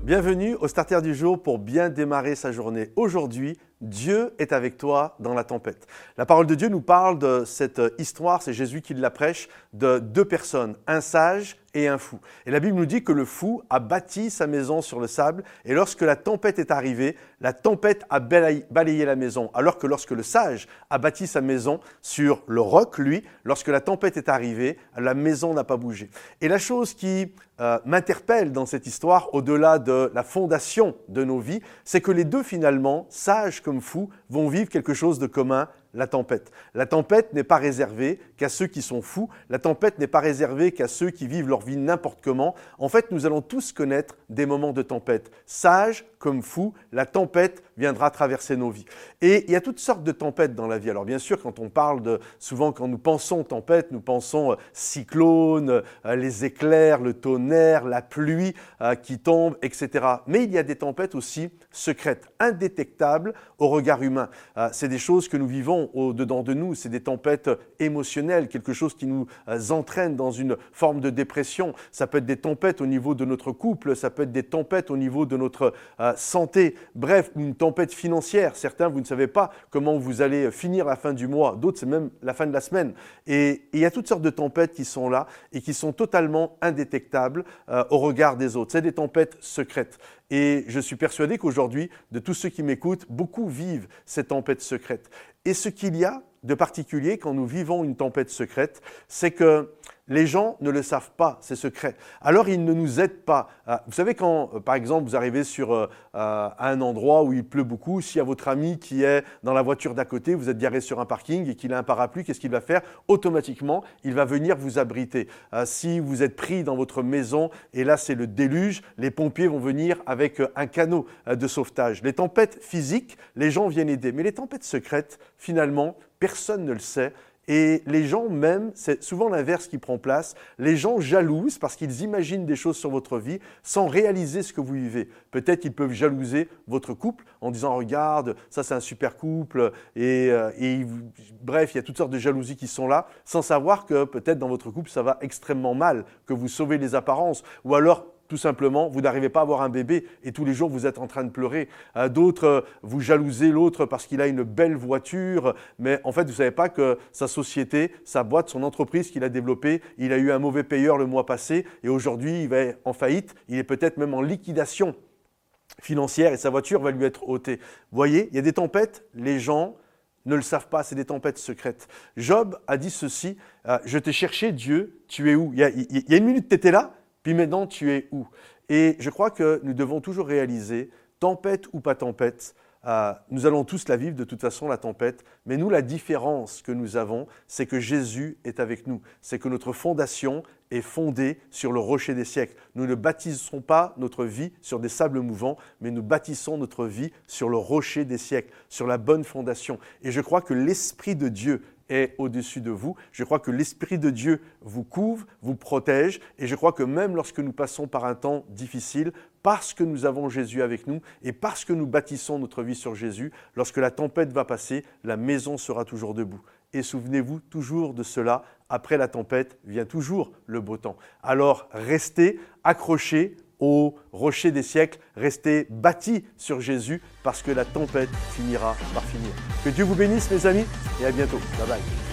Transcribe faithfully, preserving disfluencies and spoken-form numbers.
Bienvenue au Starter du jour pour bien démarrer sa journée. Aujourd'hui, Dieu est avec toi dans la tempête. La parole de Dieu nous parle de cette histoire, c'est Jésus qui la prêche, de deux personnes, un sage et un fou. Et la Bible nous dit que le fou a bâti sa maison sur le sable et lorsque la tempête est arrivée, la tempête a balayé la maison. Alors que lorsque le sage a bâti sa maison sur le roc, lui, lorsque la tempête est arrivée, la maison n'a pas bougé. Et la chose qui euh, m'interpelle dans cette histoire, au-delà de la fondation de nos vies, c'est que les deux finalement, sages comme fous, vont vivre quelque chose de commun, la tempête. La tempête n'est pas réservée qu'à ceux qui sont fous. La tempête n'est pas réservée qu'à ceux qui vivent leur vie n'importe comment. En fait, nous allons tous connaître des moments de tempête. Sages comme fous, la tempête viendra traverser nos vies. Et il y a toutes sortes de tempêtes dans la vie. Alors bien sûr, quand on parle de, souvent quand nous pensons tempête, nous pensons euh, cyclone, euh, les éclairs, le tonnerre, la pluie euh, qui tombe, et cetera. Mais il y a des tempêtes aussi secrètes, indétectables au regard humain. Euh, c'est des choses que nous vivons au-dedans de nous, c'est des tempêtes émotionnelles, quelque chose qui nous euh, entraîne dans une forme de dépression. Ça peut être des tempêtes au niveau de notre couple, ça peut être des tempêtes au niveau de notre euh, santé, bref, une tempête financière. Certains, vous ne savez pas comment vous allez finir la fin du mois, d'autres, c'est même la fin de la semaine. Et, et il y a toutes sortes de tempêtes qui sont là et qui sont totalement indétectables euh, au regard des autres. C'est des tempêtes secrètes. Et je suis persuadé qu'aujourd'hui, de tous ceux qui m'écoutent, beaucoup vivent ces tempêtes secrètes. Et ce qu'il y a de particulier quand nous vivons une tempête secrète, c'est que les gens ne le savent pas, c'est secret. Alors, ils ne nous aident pas. Vous savez, quand, par exemple, vous arrivez sur, euh, à un endroit où il pleut beaucoup, s'il y a votre ami qui est dans la voiture d'à côté, vous êtes garé sur un parking et qu'il a un parapluie, qu'est-ce qu'il va faire? Automatiquement, il va venir vous abriter. Euh, si vous êtes pris dans votre maison, et là, c'est le déluge, les pompiers vont venir avec un canot de sauvetage. Les tempêtes physiques, les gens viennent aider. Mais les tempêtes secrètes, finalement, personne ne le sait. Et les gens même, c'est souvent l'inverse qui prend place, les gens jalousent parce qu'ils imaginent des choses sur votre vie sans réaliser ce que vous vivez. Peut-être qu'ils peuvent jalouser votre couple en disant « Regarde, ça c'est un super couple » et, et bref, il y a toutes sortes de jalousies qui sont là sans savoir que peut-être dans votre couple ça va extrêmement mal, que vous sauvez les apparences ou alors tout simplement, vous n'arrivez pas à avoir un bébé et tous les jours, vous êtes en train de pleurer. Euh, d'autres, euh, vous jalousez l'autre parce qu'il a une belle voiture, mais en fait, vous ne savez pas que sa société, sa boîte, son entreprise qu'il a développée, il a eu un mauvais payeur le mois passé et aujourd'hui, il va être en faillite. Il est peut-être même en liquidation financière et sa voiture va lui être ôtée. Vous voyez, il y a des tempêtes, les gens ne le savent pas, c'est des tempêtes secrètes. Job a dit ceci, euh, « Je t'ai cherché, Dieu, tu es où ?» Il y a, il y a une minute, tu étais là. Puis maintenant, tu es où? Et je crois que nous devons toujours réaliser, tempête ou pas tempête, euh, nous allons tous la vivre de toute façon, la tempête, mais nous, la différence que nous avons, c'est que Jésus est avec nous. C'est que notre fondation est fondée sur le rocher des siècles. Nous ne bâtissons pas notre vie sur des sables mouvants, mais nous bâtissons notre vie sur le rocher des siècles, sur la bonne fondation. Et je crois que l'Esprit de Dieu est au-dessus de vous. Je crois que l'Esprit de Dieu vous couvre, vous protège et je crois que même lorsque nous passons par un temps difficile, parce que nous avons Jésus avec nous et parce que nous bâtissons notre vie sur Jésus, lorsque la tempête va passer, la maison sera toujours debout. Et souvenez-vous toujours de cela, après la tempête vient toujours le beau temps. Alors restez accrochés au rocher des siècles, restez bâtis sur Jésus parce que la tempête finira par finir. Que Dieu vous bénisse mes amis et à bientôt. Bye bye.